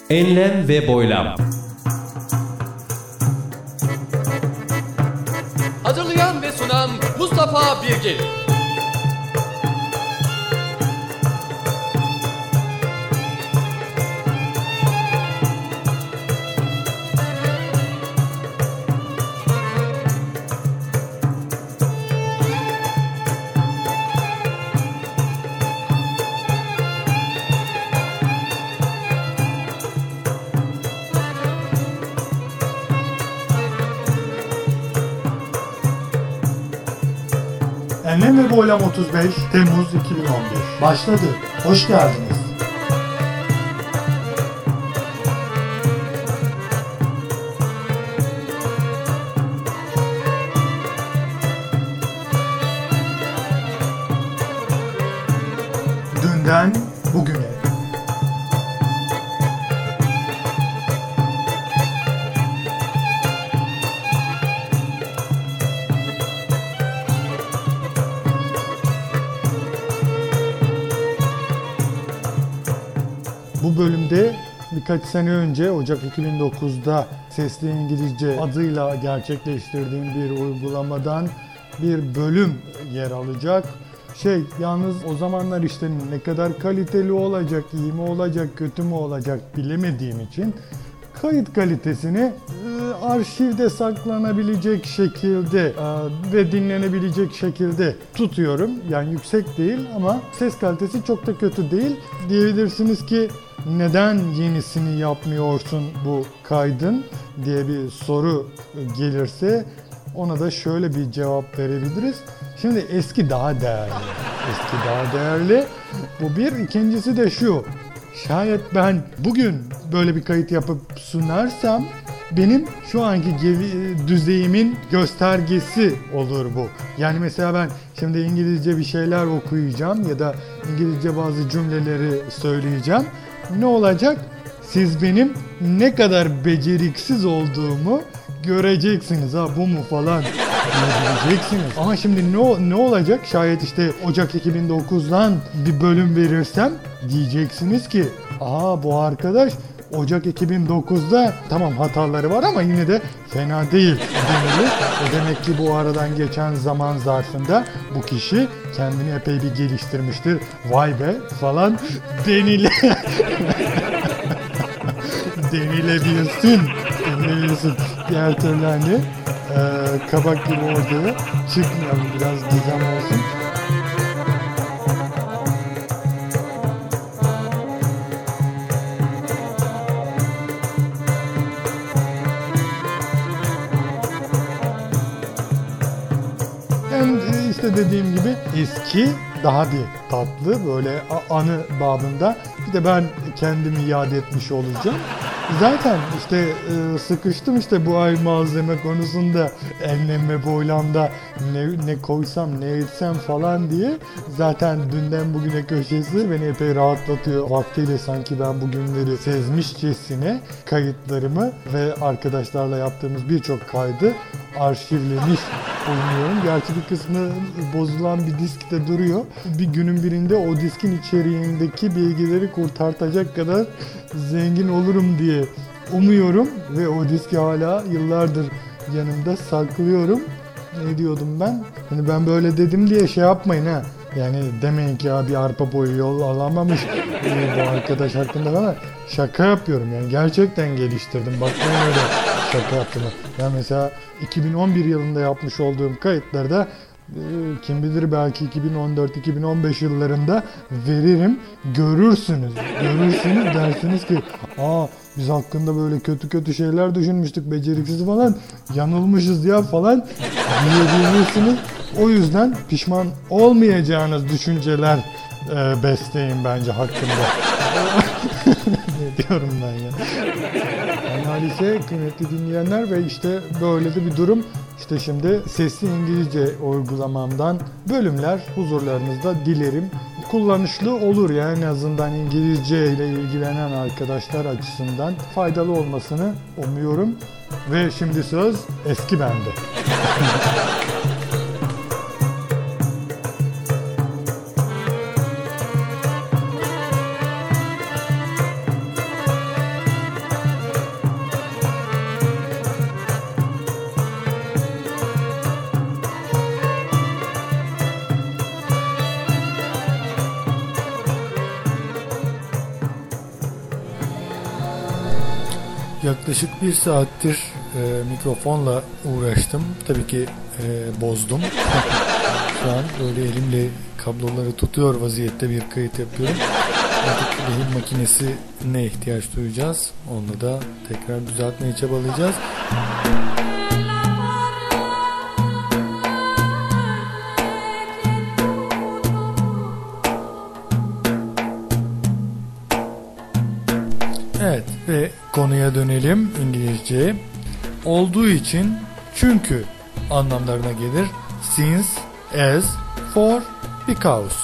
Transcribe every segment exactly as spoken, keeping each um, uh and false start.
Enlem ve boylam. Hazırlayan ve sunan Mustafa Birgin. Enlem ve Boylam otuz beş Temmuz iki bin on bir başladı. Hoş geldiniz. Dünden bugüne. Bu bölümde birkaç sene önce Ocak iki bin dokuzda Sesli İngilizce adıyla gerçekleştirdiğim bir uygulamadan bir bölüm yer alacak. Şey yalnız o zamanlar işte ne kadar kaliteli olacak, iyi mi olacak, kötü mü olacak bilemediğim için kayıt kalitesini e, arşivde saklanabilecek şekilde e, ve dinlenebilecek şekilde tutuyorum. Yani yüksek değil ama ses kalitesi çok da kötü değil. Diyebilirsiniz ki neden yenisini yapmıyorsun bu kaydın diye bir soru gelirse ona da şöyle bir cevap verebiliriz. Şimdi eski daha değerli. Eski daha değerli. Bu bir. İkincisi de şu. Şayet ben bugün böyle bir kayıt yapıp sunarsam benim şu anki gevi, düzeyimin göstergesi olur bu. Yani mesela ben şimdi İngilizce bir şeyler okuyacağım ya da İngilizce bazı cümleleri söyleyeceğim. Ne olacak? Siz benim ne kadar beceriksiz olduğumu göreceksiniz. Ha bu mu falan göreceksiniz. Ama şimdi ne, ne olacak? Şayet işte Ocak iki bin dokuzdan bir bölüm verirsem diyeceksiniz ki aa bu arkadaş Ocak iki bin dokuzda tamam hataları var ama yine de fena değil denilir. E demek ki bu aradan geçen zaman zarfında bu kişi kendini epey bir geliştirmiştir. Vay be falan denile denilebilsin. Denilebilsin. Diğer türlü hani e, kabak gibi ortaya çıkmayalım. Biraz gizem olsun. Hem işte dediğim gibi eski daha bir tatlı böyle anı babında bir de ben kendimi yad etmiş olacağım. Zaten işte e, sıkıştım işte bu ay malzeme konusunda enlem ve boylamda ne, ne koysam ne etsem falan diye. Zaten dünden bugüne köşesi beni epey rahatlatıyor. Vaktiyle sanki ben bugünleri sezmişçesine kayıtlarımı ve arkadaşlarla yaptığımız birçok kaydı arşivlemiş bulunuyorum. Gerçi bir kısmı bozulan bir diskte duruyor. Bir günün birinde o diskin içeriğindeki bilgileri kurtartacak kadar zengin olurum diye umuyorum ve o diski hala yıllardır yanımda saklıyorum. Ne diyordum ben? Hani ben böyle dedim diye şey yapmayın ha. Yani demeyin ki ya bir arpa boyu yol alamamış ee, bu arkadaş hakkında falan. Şaka yapıyorum yani gerçekten geliştirdim. Bakmayın öyle şaka yaptım. Yani mesela iki bin on bir yılında yapmış olduğum kayıtlarda kim bilir belki iki bin on dört iki bin on beş yıllarında veririm, görürsünüz. Görürsünüz dersiniz ki aa biz hakkında böyle kötü kötü şeyler düşünmüştük, beceriksiz falan, yanılmışız ya falan diyebilirsiniz. O yüzden pişman olmayacağınız düşünceler e, besleyin bence hakkında. Ne diyorum ben ya. Analise kıymetli dinleyenler ve işte böyle de bir durum. İşte şimdi Sesli İngilizce uygulamamdan bölümler huzurlarınızda dilerim kullanışlı olur. Yani en azından İngilizce ile ilgilenen arkadaşlar açısından faydalı olmasını umuyorum. Ve şimdi söz eski bende. Yaklaşık bir saattir e, mikrofonla uğraştım. Tabii ki e, bozdum. Şu an böyle elimle kabloları tutuyor vaziyette bir kayıt yapıyorum. Artık lehim makinesine ihtiyaç duyacağız. Onu da tekrar düzeltmeye çabalayacağız. Evet ve konuya dönelim. İngilizce olduğu için, çünkü anlamlarına gelir. Since, as, for, because.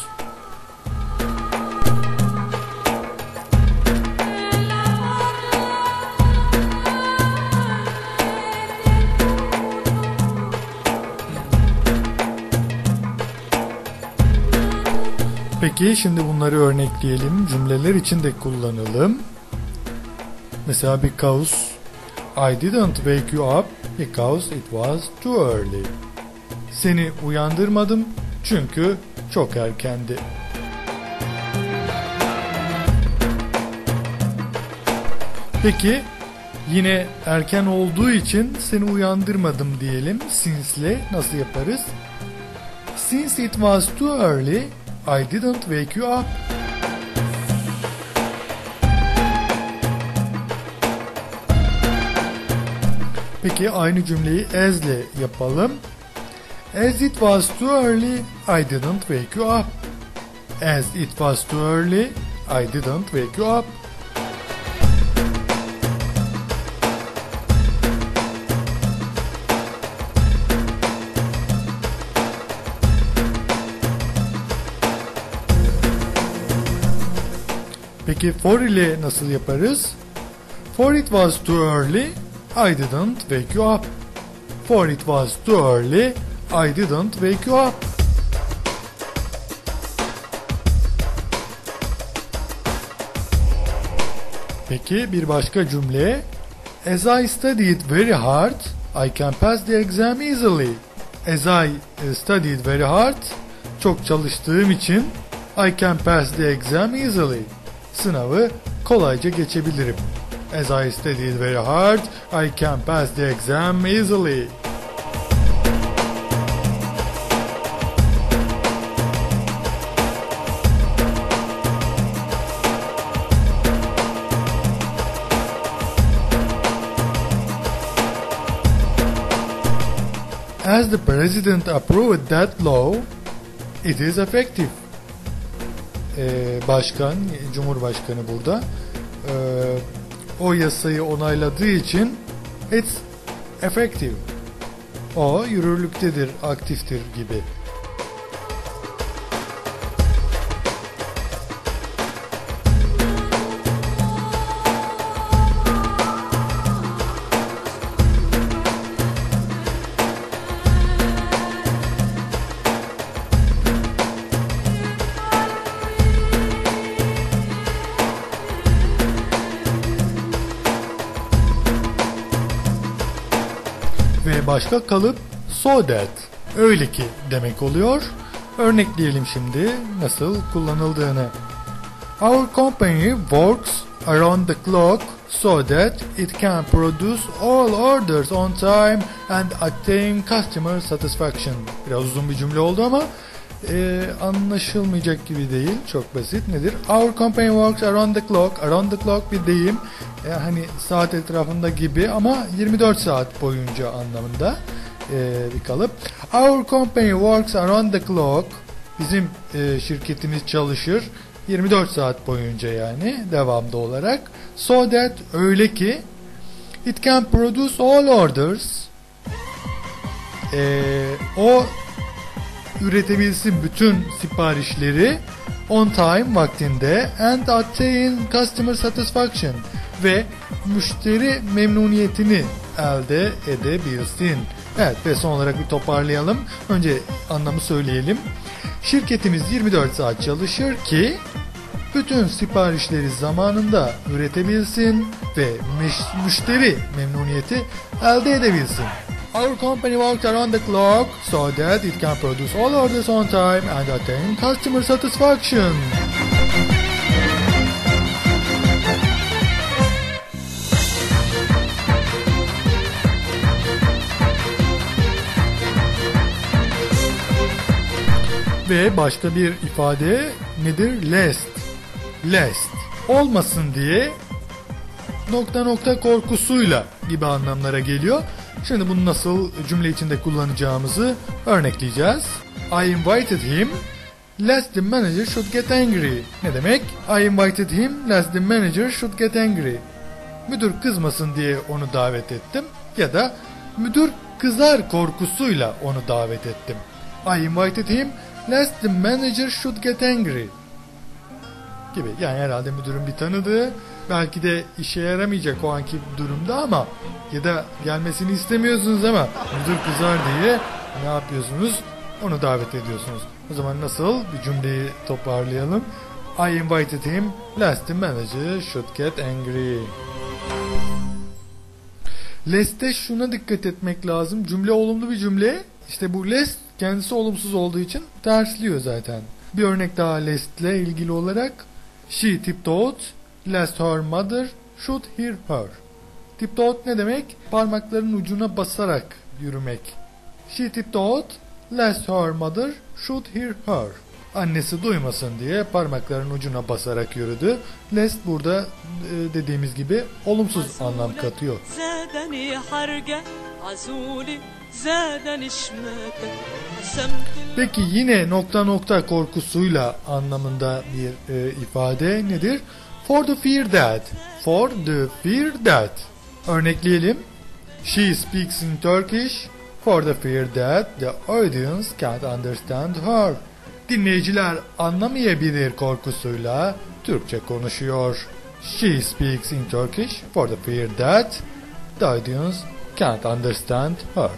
Peki şimdi bunları örnekleyelim. Cümleler için de kullanalım. Mesela because I didn't wake you up because it was too early. Seni uyandırmadım çünkü çok erkendi. Peki yine erken olduğu için seni uyandırmadım diyelim. Since'le nasıl yaparız? Since it was too early, I didn't wake you up. Peki aynı cümleyi as ile yapalım. As it was too early, I didn't wake you up. As it was too early, I didn't wake you up. Peki for ile nasıl yaparız? For it was too early, I didn't wake you up. For it was too early, I didn't wake you up. Peki bir başka cümle. As I studied very hard, I can pass the exam easily. As I studied very hard, çok çalıştığım için I can pass the exam easily. Sınavı kolayca geçebilirim. As I studied very hard, I can pass the exam easily. As the president approved that law, it is effective. Ee, başkan, Cumhurbaşkanı burada. Ee, o yasayı onayladığı için it's effective. O yürürlüktedir, aktiftir gibi. Ve başka kalıp so that, öyle ki demek oluyor. Örnekleyelim şimdi nasıl kullanıldığını. Our company works around the clock so that it can produce all orders on time and attain customer satisfaction. Biraz uzun bir cümle oldu ama e, anlaşılmayacak gibi değil. Çok basit. Nedir? Our company works around the clock. Around the clock bir deyim. E, hani saat etrafında gibi ama yirmi dört saat boyunca anlamında e, bir kalıp. Our company works around the clock. Bizim e, şirketimiz çalışır yirmi dört saat boyunca, yani devamlı olarak. So that, öyle ki it can produce all orders. E, o üretebilsin bütün siparişleri on time, vaktinde, and attain customer satisfaction, ve müşteri memnuniyetini elde edebilsin. Evet, ve son olarak bir toparlayalım. Önce anlamı söyleyelim. Şirketimiz yirmi dört saat çalışır ki bütün siparişleri zamanında üretebilsin ve müşteri memnuniyeti elde edebilsin. Our company works around the clock so that it can produce all orders on time and attain customer satisfaction. Ve başka bir ifade nedir? Lest. Lest. Olmasın diye nokta nokta korkusuyla gibi anlamlara geliyor. Şimdi bunu nasıl cümle içinde kullanacağımızı örnekleyeceğiz. I invited him lest the manager should get angry. Ne demek? I invited him lest the manager should get angry. Müdür kızmasın diye onu davet ettim ya da müdür kızar korkusuyla onu davet ettim. I invited him lest the manager should get angry. Gibi. Yani herhalde müdürün bir tanıdığı, belki de işe yaramayacak o anki durumda ama ya da gelmesini istemiyorsunuz ama müdür kızar diye ne yapıyorsunuz? Onu davet ediyorsunuz. O zaman nasıl bir cümleyi toparlayalım? I invited him lest the manager should get angry. Lest'te şuna dikkat etmek lazım. Cümle olumlu bir cümle. İşte bu lest kendisi olumsuz olduğu için tersliyor zaten. Bir örnek daha lest'le ilgili olarak. She tiptoed lest her mother should hear her. Tiptoed ne demek? Parmaklarının ucuna basarak yürümek. She tiptoed lest her mother should hear her. Annesi duymasın diye parmaklarının ucuna basarak yürüdü. Lest burada e, dediğimiz gibi olumsuz anlam katıyor. Peki yine nokta nokta korkusuyla anlamında bir e, ifade nedir? For the fear that. For the fear that. Örnekleyelim. She speaks in Turkish for the fear that the audience can't understand her. Dinleyiciler anlamayabilir korkusuyla Türkçe konuşuyor. She speaks in Turkish for the fear that the audience can't understand her.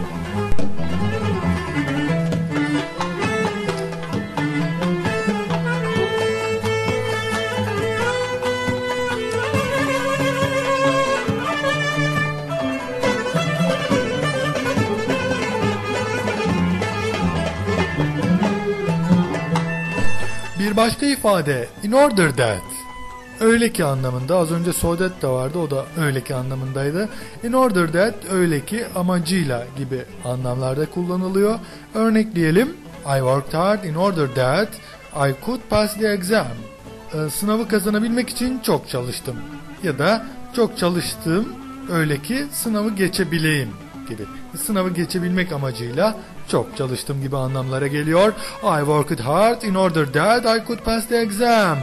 Bir başka ifade in order that. Öyle ki anlamında, az önce so that de vardı, o da öyle ki anlamındaydı. In order that öyle ki amacıyla gibi anlamlarda kullanılıyor. Örnekleyelim. I worked hard in order that I could pass the exam. Ee, sınavı kazanabilmek için çok çalıştım. Ya da çok çalıştım öyle ki sınavı geçebileyim gibi. Sınavı geçebilmek amacıyla çok çalıştım gibi anlamlara geliyor. I worked hard in order that I could pass the exam.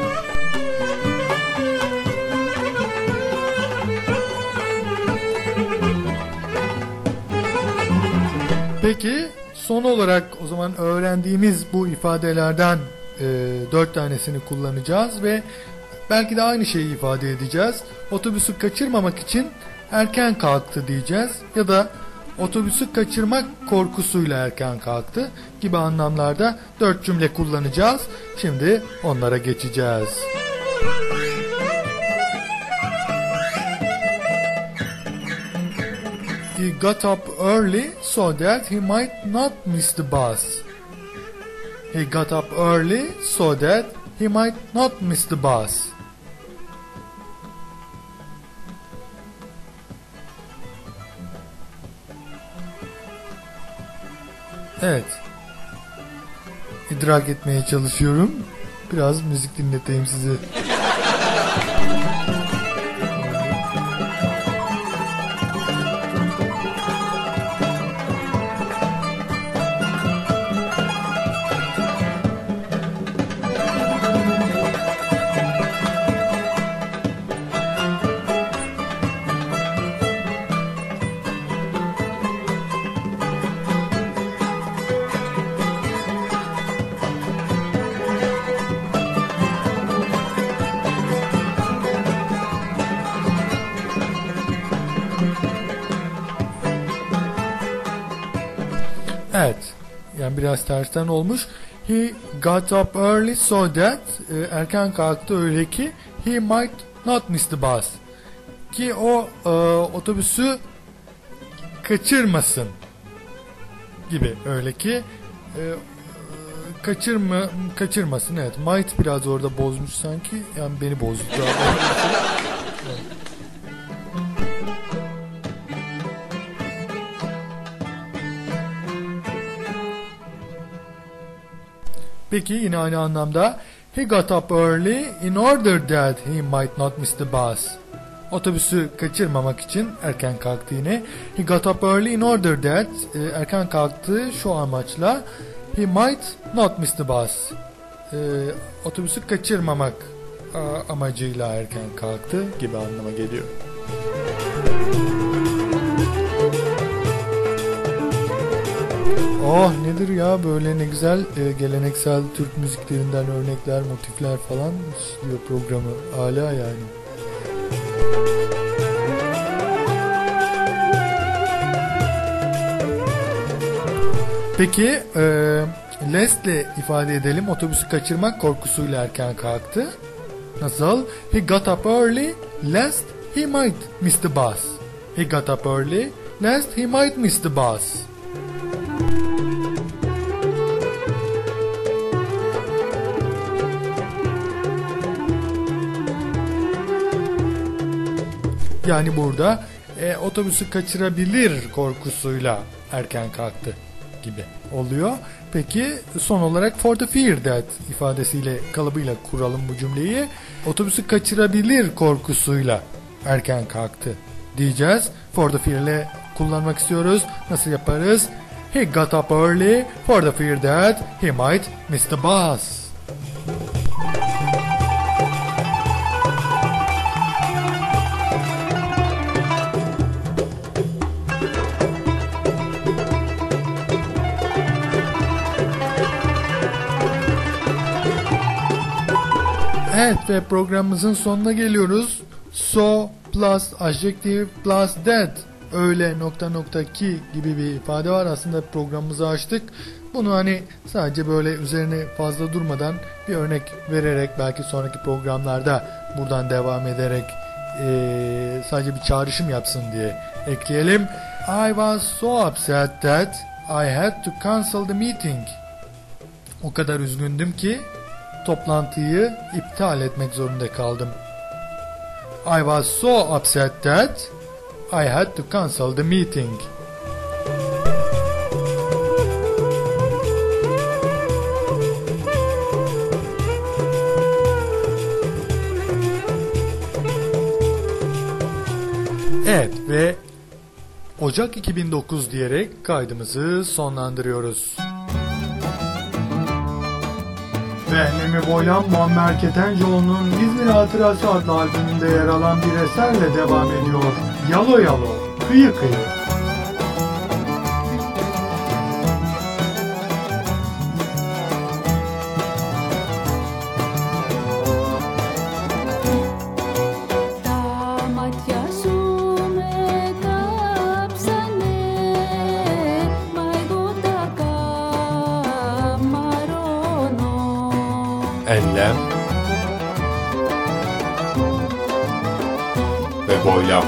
Peki son olarak o zaman öğrendiğimiz bu ifadelerden e, dört tanesini kullanacağız ve belki de aynı şeyi ifade edeceğiz. Otobüsü kaçırmamak için erken kalktı diyeceğiz ya da otobüsü kaçırmak korkusuyla erken kalktı gibi anlamlarda dört cümle kullanacağız. Şimdi onlara geçeceğiz. He got up early so that he might not miss the bus. He got up early so that he might not miss the bus. Evet. İdrak etmeye çalışıyorum. Biraz müzik dinleteyim size. Evet. Yani biraz tersten olmuş. He got up early so that e, erken kalktı öyle ki he might not miss the bus. Ki o e, otobüsü kaçırmasın gibi öyle ki e, kaçırma kaçırmasın. Evet. Might biraz orada bozmuş sanki. Yani beni bozdu. Peki yine aynı anlamda he got up early in order that he might not miss the bus. Otobüsü kaçırmamak için erken kalktı yine. He got up early in order that e, erken kalktı şu amaçla he might not miss the bus. E, otobüsü kaçırmamak a, amacıyla erken kalktı gibi anlama geliyor. Oh nedir ya böyle ne güzel e, geleneksel Türk müziklerinden örnekler, motifler falan diyor programı. Âlâ yani. Peki e, lest'le ifade edelim. Otobüsü kaçırmak korkusuyla erken kalktı. Nasıl? He got up early lest he might miss the bus. He got up early lest he might miss the bus. Yani burada e, otobüsü kaçırabilir korkusuyla erken kalktı gibi oluyor. Peki son olarak for the fear that ifadesiyle kalıbıyla kuralım bu cümleyi. Otobüsü kaçırabilir korkusuyla erken kalktı diyeceğiz. For the fear ile kullanmak istiyoruz. Nasıl yaparız? He got up early for the fear that he might miss the bus. Evet ve programımızın sonuna geliyoruz. So plus adjective plus that öyle nokta nokta ki gibi bir ifade var. Aslında programımızı açtık. Bunu hani sadece böyle üzerine fazla durmadan bir örnek vererek belki sonraki programlarda buradan devam ederek ee, sadece bir çağrışım yapsın diye ekleyelim. I was so upset that I had to cancel the meeting. O kadar üzgündüm ki toplantıyı iptal etmek zorunda kaldım. I was so upset that I had to cancel the meeting. Evet ve Ocak iki bin dokuz diyerek kaydımızı sonlandırıyoruz. Ve Nemi Boylan, Muammer Ketencoğlu'nun İzmir Hatırası adlı albümünde yer alan bir eserle devam ediyor. Yalo Yalo, Kıyı Kıyı. Enlem ve boylam.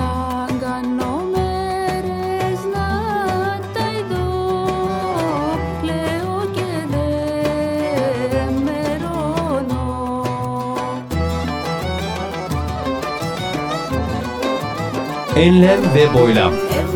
Enlem ve boylam.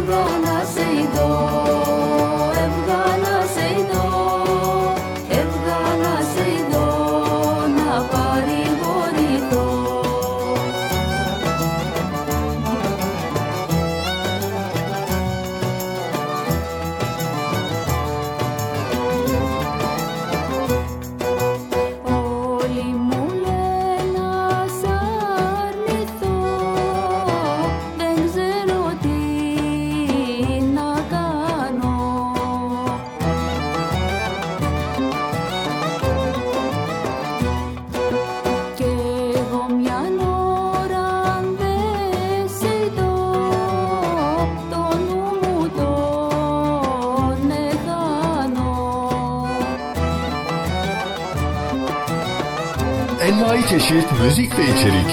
Envai çeşit müzik ve içerik.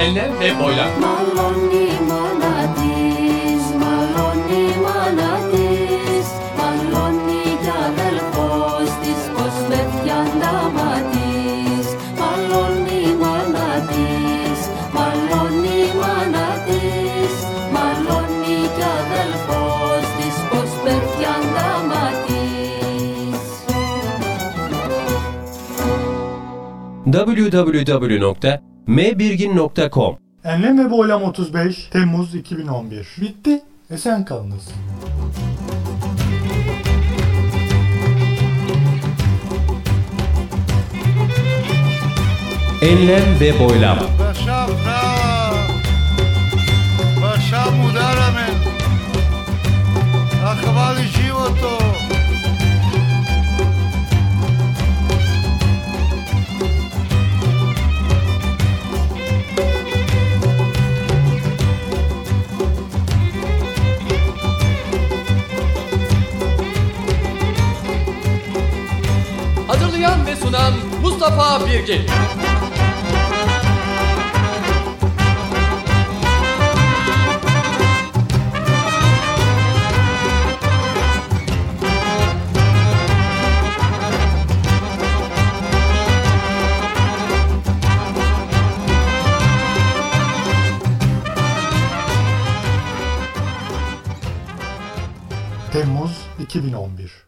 Enlem ve boylam. Maloni manatis, maloni manatis, maloni kadal kostis, kosmetyan damatis, maloni manatis, maloni manatis, maloni kadal kostis, kosmetyan damatis. double-u double-u double-u nokta m birgin nokta com Enlem ve Boylam otuz beş Temmuz iki bin on bir. Bitti. Esen kalınız. Enlem ve boylam. בשם רע, בשם מודרמן, החבל השיב אותו. Hazırlayan ve sunan Mustafa Birgin. Temmuz iki bin on bir.